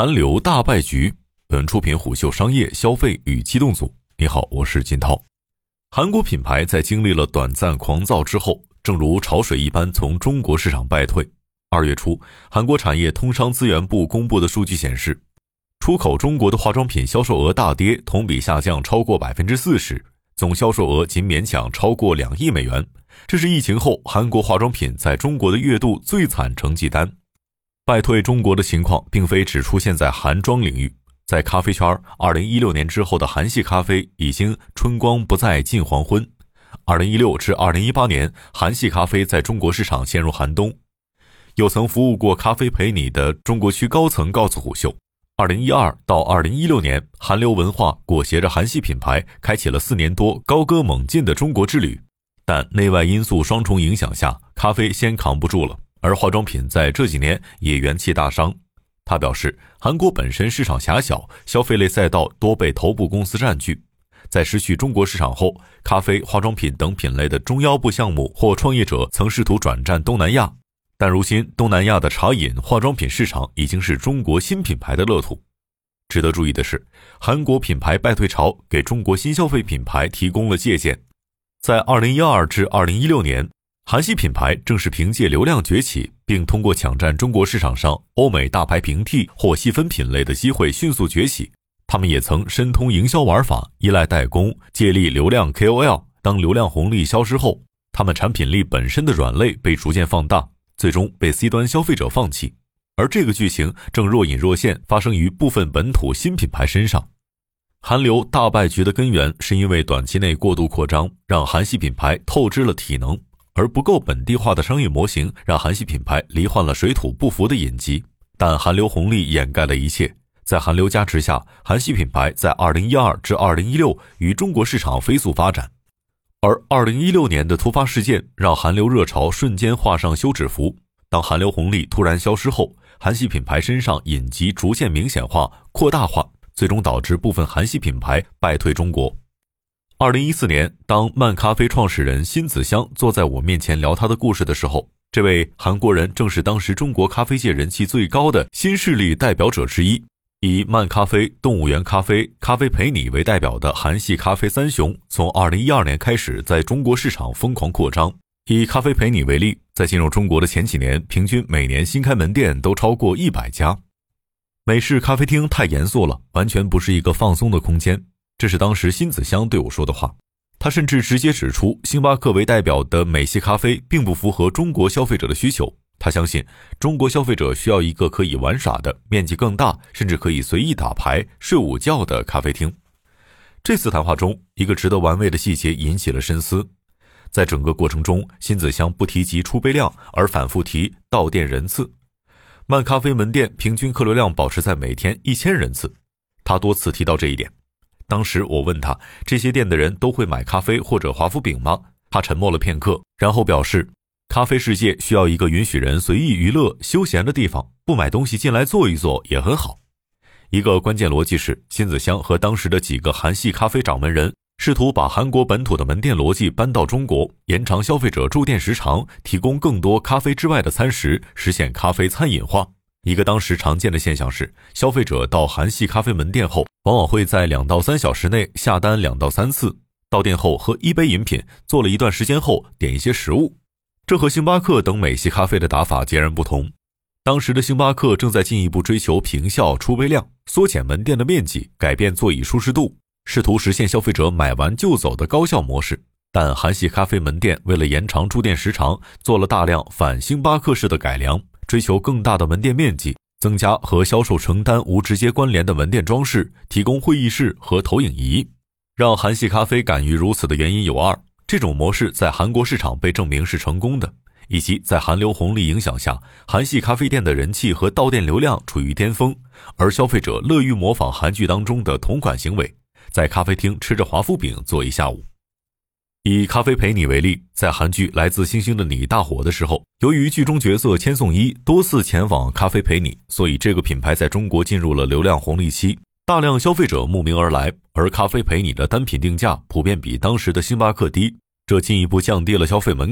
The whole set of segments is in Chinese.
韩流大败局。本出品虎嗅商业消费与机动组。你好，我是金涛。韩国品牌在经历了短暂狂躁之后，正如潮水一般从中国市场败退。2月初，韩国产业通商资源部公布的数据显示，出口中国的化妆品销售额大跌，同比下降超过 40%， 总销售额仅勉强超过2亿美元。这是疫情后韩国化妆品在中国的月度最惨成绩单。败退中国的情况并非只出现在韩妆领域，在咖啡圈，2016年之后的韩系咖啡已经春光不再近黄昏。2016至2018年，韩系咖啡在中国市场陷入寒冬。有曾服务过咖啡陪你的中国区高层告诉虎嗅，2012到2016年，韩流文化裹挟着韩系品牌开启了4年多高歌猛进的中国之旅。但内外因素双重影响下，咖啡先扛不住了，而化妆品在这几年也元气大伤。他表示，韩国本身市场狭小，消费类赛道多被头部公司占据。在失去中国市场后，咖啡、化妆品等品类的中腰部项目或创业者曾试图转战东南亚，但如今东南亚的茶饮、化妆品市场已经是中国新品牌的乐土。值得注意的是，韩国品牌败退潮给中国新消费品牌提供了借鉴。在2012至2016年，韩系品牌正是凭借流量崛起，并通过抢占中国市场上欧美大牌平替或细分品类的机会迅速崛起。他们也曾深通营销玩法，依赖代工，借力流量 KOL。 当流量红利消失后，他们产品力本身的软肋被逐渐放大，最终被 C 端消费者放弃。而这个剧情正若隐若现发生于部分本土新品牌身上。韩流大败局的根源是因为短期内过度扩张，让韩系品牌透支了体能，而不够本地化的商业模型让韩系品牌罹患了水土不服的隐疾。但韩流红利掩盖了一切，在韩流加持下，韩系品牌在2012至2016与中国市场飞速发展。而2016年的突发事件让韩流热潮瞬间画上休止符。当韩流红利突然消失后，韩系品牌身上隐疾逐渐明显化、扩大化，最终导致部分韩系品牌败退中国。2014年，当漫咖啡创始人辛子香坐在我面前聊他的故事的时候，这位韩国人正是当时中国咖啡界人气最高的新势力代表者之一。以漫咖啡、动物园咖啡、咖啡陪你为代表的韩系咖啡三雄，从2012年开始在中国市场疯狂扩张。以咖啡陪你为例，在进入中国的前几年，平均每年新开门店都超过100家。美式咖啡厅太严肃了，完全不是一个放松的空间，这是当时辛子香对我说的话。他甚至直接指出，星巴克为代表的美系咖啡并不符合中国消费者的需求。他相信中国消费者需要一个可以玩耍的、面积更大，甚至可以随意打牌、睡午觉的咖啡厅。这次谈话中，一个值得玩味的细节引起了深思。在整个过程中，辛子香不提及出杯量，而反复提到店人次。漫咖啡门店平均客流量保持在每天1000人次，他多次提到这一点。当时我问他，这些店的人都会买咖啡或者华夫饼吗？他沉默了片刻，然后表示，咖啡世界需要一个允许人随意娱乐休闲的地方，不买东西进来坐一坐也很好。一个关键逻辑是，辛子香和当时的几个韩系咖啡掌门人试图把韩国本土的门店逻辑搬到中国，延长消费者驻店时长，提供更多咖啡之外的餐食，实现咖啡餐饮化。一个当时常见的现象是，消费者到韩系咖啡门店后，往往会在2到3小时内下单2到3次，到店后喝一杯饮品，做了一段时间后点一些食物。这和星巴克等美系咖啡的打法截然不同。当时的星巴克正在进一步追求平效、出杯量，缩减门店的面积，改变座椅舒适度，试图实现消费者买完就走的高效模式。但韩系咖啡门店为了延长驻店时长，做了大量反星巴克式的改良，追求更大的门店面积，增加和销售成单无直接关联的门店装饰，提供会议室和投影仪。让韩系咖啡敢于如此的原因有2，这种模式在韩国市场被证明是成功的，以及在韩流红利影响下，韩系咖啡店的人气和到店流量处于巅峰，而消费者乐于模仿韩剧当中的同款行为，在咖啡厅吃着华夫饼坐一下午。以咖啡陪你为例，在韩剧《来自星星的你》大火的时候，由于剧中角色千颂伊多次前往咖啡陪你，所以这个品牌在中国进入了流量红利期，大量消费者慕名而来，而咖啡陪你的单品定价普遍比当时的星巴克低，这进一步降低了消费门槛，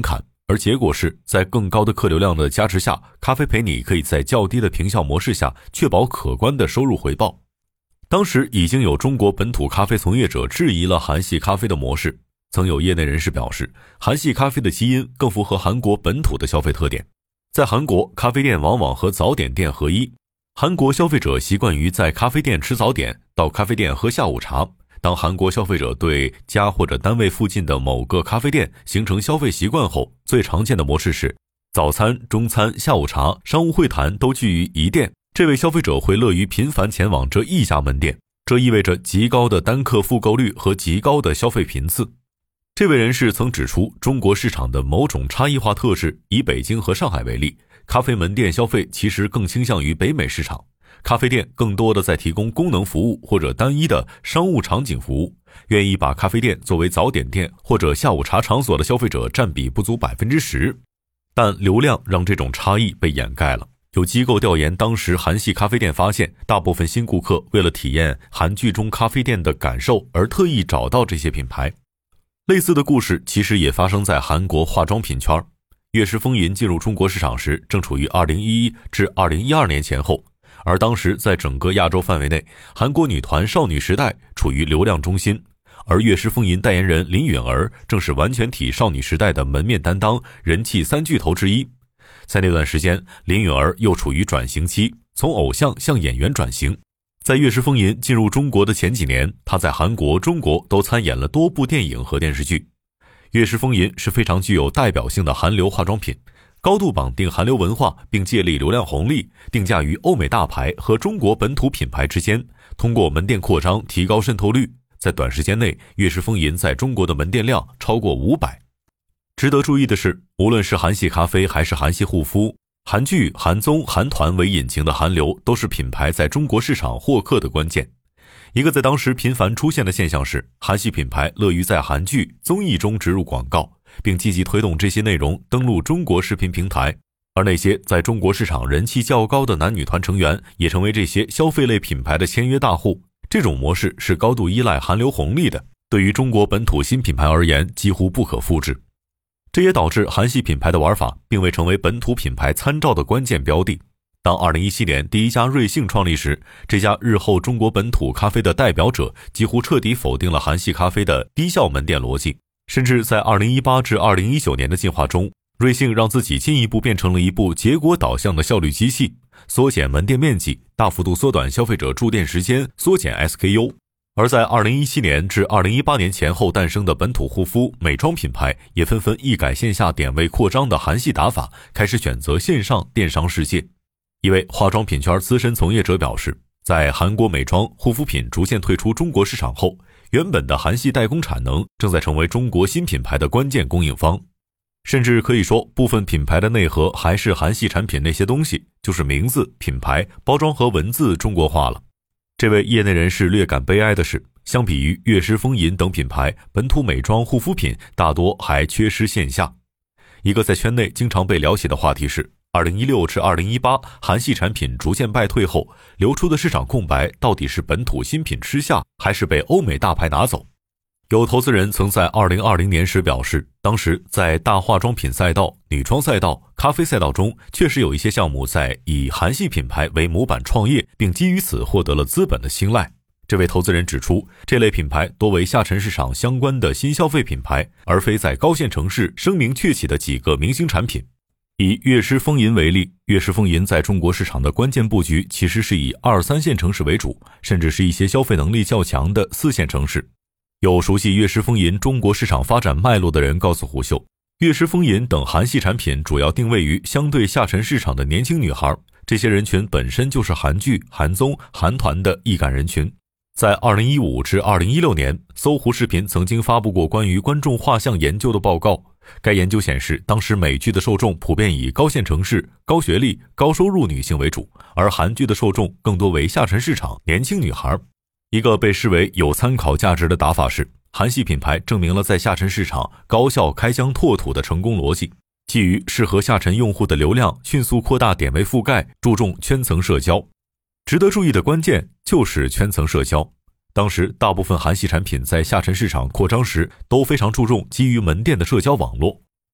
而结果是在更高的客流量的加持下，咖啡陪你可以在较低的平效模式下确保可观的收入回报。当时已经有中国本土咖啡从业者质疑了韩系咖啡的模式，曾有业内人士表示，韩系咖啡的基因更符合韩国本土的消费特点。在韩国，咖啡店往往和早点店合一，韩国消费者习惯于在咖啡店吃早点，到咖啡店喝下午茶。当韩国消费者对家或者单位附近的某个咖啡店形成消费习惯后，最常见的模式是早餐、中餐、下午茶、商务会谈都聚于一店，这位消费者会乐于频繁前往这一家门店，这意味着极高的单客复购率和极高的消费频次。这位人士曾指出，中国市场的某种差异化特质，以北京和上海为例，咖啡门店消费其实更倾向于北美市场，咖啡店更多的在提供功能服务或者单一的商务场景服务，愿意把咖啡店作为早点店或者下午茶场所的消费者占比不足 10%， 但流量让这种差异被掩盖了。有机构调研当时韩系咖啡店发现，大部分新顾客为了体验韩剧中咖啡店的感受而特意找到这些品牌。类似的故事其实也发生在韩国化妆品圈。悦诗风吟进入中国市场时正处于2011至2012年前后，而当时在整个亚洲范围内，韩国女团少女时代处于流量中心，而悦诗风吟代言人林允儿正是完全体少女时代的门面担当，人气3巨头之一。在那段时间，林允儿又处于转型期，从偶像向演员转型。在悦诗风吟进入中国的前几年，她在韩国、中国都参演了多部电影和电视剧。悦诗风吟是非常具有代表性的韩流化妆品，高度绑定韩流文化，并借力流量红利，定价于欧美大牌和中国本土品牌之间，通过门店扩张提高渗透率。在短时间内，悦诗风吟在中国的门店量超过500。值得注意的是，无论是韩系咖啡还是韩系护肤，韩剧、韩综、韩团为引擎的韩流都是品牌在中国市场获客的关键。一个在当时频繁出现的现象是，韩系品牌乐于在韩剧、综艺中植入广告，并积极推动这些内容登陆中国视频平台，而那些在中国市场人气较高的男女团成员也成为这些消费类品牌的签约大户。这种模式是高度依赖韩流红利的，对于中国本土新品牌而言几乎不可复制。这也导致韩系品牌的玩法并未成为本土品牌参照的关键标的。当2017年第一家瑞幸创立时，这家日后中国本土咖啡的代表者几乎彻底否定了韩系咖啡的低效门店逻辑，甚至在2018至2019年的进化中，瑞幸让自己进一步变成了一部结果导向的效率机器，缩减门店面积，大幅度缩短消费者驻店时间，缩减 SKU。而在2017年至2018年前后诞生的本土护肤、美妆品牌也纷纷一改线下点位扩张的韩系打法，开始选择线上电商世界。一位化妆品圈资深从业者表示，在韩国美妆、护肤品逐渐退出中国市场后，原本的韩系代工产能正在成为中国新品牌的关键供应方。甚至可以说，部分品牌的内核还是韩系产品那些东西，就是名字、品牌、包装和文字中国化了。这位业内人士略感悲哀的是，相比于悦诗风吟等品牌，本土美妆护肤品大多还缺失线下。一个在圈内经常被聊起的话题是，2016至2018韩系产品逐渐败退后，流出的市场空白到底是本土新品吃下，还是被欧美大牌拿走？有投资人曾在2020年时表示，当时在大化妆品赛道、女装赛道、咖啡赛道中，确实有一些项目在以韩系品牌为模板创业，并基于此获得了资本的青睐。这位投资人指出，这类品牌多为下沉市场相关的新消费品牌，而非在高线城市声名鹊起的几个明星产品。以悦诗风吟为例，悦诗风吟在中国市场的关键布局其实是以2、3线城市为主，甚至是一些消费能力较强的4线城市。有熟悉悦诗风吟中国市场发展脉络的人告诉胡秀，悦诗风吟等韩系产品主要定位于相对下沉市场的年轻女孩，这些人群本身就是韩剧、韩综、韩团的易感人群。在2015至2016年，搜狐视频曾经发布过关于观众画像研究的报告。该研究显示，当时美剧的受众普遍以高线城市、高学历、高收入女性为主，而韩剧的受众更多为下沉市场、年轻女孩。一个被视为有参考价值的打法是，韩系品牌证明了在下沉市场高效开疆拓土的成功逻辑，基于适合下沉用户的流量，迅速扩大点位覆盖，注重圈层社交。值得注意的关键就是圈层社交。当时大部分韩系产品在下沉市场扩张时都非常注重基于门店的社交网络。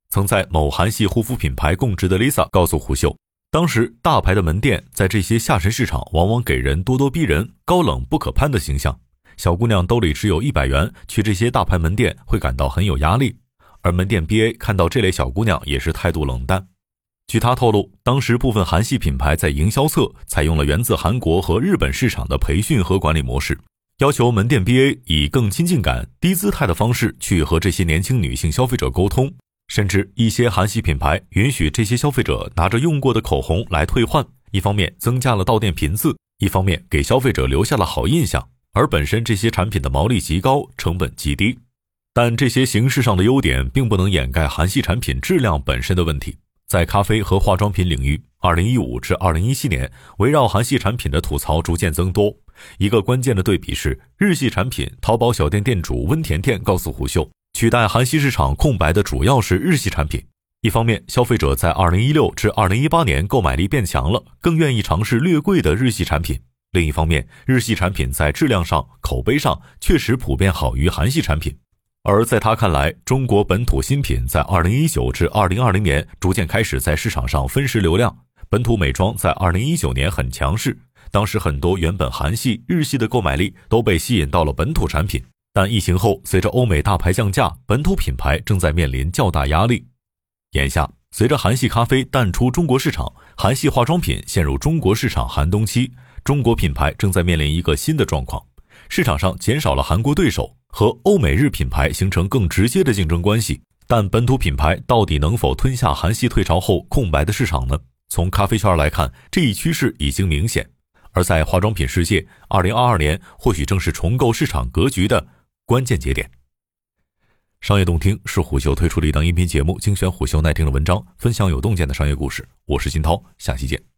曾在某韩系护肤品牌供职的 Lisa 告诉虎嗅，当时大牌的门店在这些下沉市场往往给人咄咄逼人、高冷不可攀的形象，小姑娘兜里只有100元，去这些大牌门店会感到很有压力，而门店 BA 看到这类小姑娘也是态度冷淡。据他透露，当时部分韩系品牌在营销侧采用了源自韩国和日本市场的培训和管理模式，要求门店 BA 以更亲近感、低姿态的方式去和这些年轻女性消费者沟通，甚至一些韩系品牌允许这些消费者拿着用过的口红来退换，一方面增加了到店频次，一方面给消费者留下了好印象，而本身这些产品的毛利极高，成本极低。但这些形式上的优点并不能掩盖韩系产品质量本身的问题。在咖啡和化妆品领域，2015至2017年，围绕韩系产品的吐槽逐渐增多。一个关键的对比是，日系产品淘宝小店店主温甜甜告诉虎嗅，取代韩系市场空白的主要是日系产品。一方面，消费者在2016至2018年购买力变强了，更愿意尝试略贵的日系产品。另一方面，日系产品在质量上、口碑上确实普遍好于韩系产品。而在他看来，中国本土新品在2019至2020年逐渐开始在市场上分食流量。本土美妆在2019年很强势，当时很多原本韩系、日系的购买力都被吸引到了本土产品。但疫情后，随着欧美大牌降价，本土品牌正在面临较大压力。眼下，随着韩系咖啡淡出中国市场，韩系化妆品陷入中国市场寒冬期，中国品牌正在面临一个新的状况，市场上减少了韩国对手，和欧美日品牌形成更直接的竞争关系。但本土品牌到底能否吞下韩系退潮后空白的市场呢？从咖啡圈来看，这一趋势已经明显。而在化妆品世界，2022年或许正是重构市场格局的关键节点。商业洞听是虎嗅推出的一档音频节目，精选虎嗅耐听的文章，分享有洞见的商业故事。我是金涛，下期见。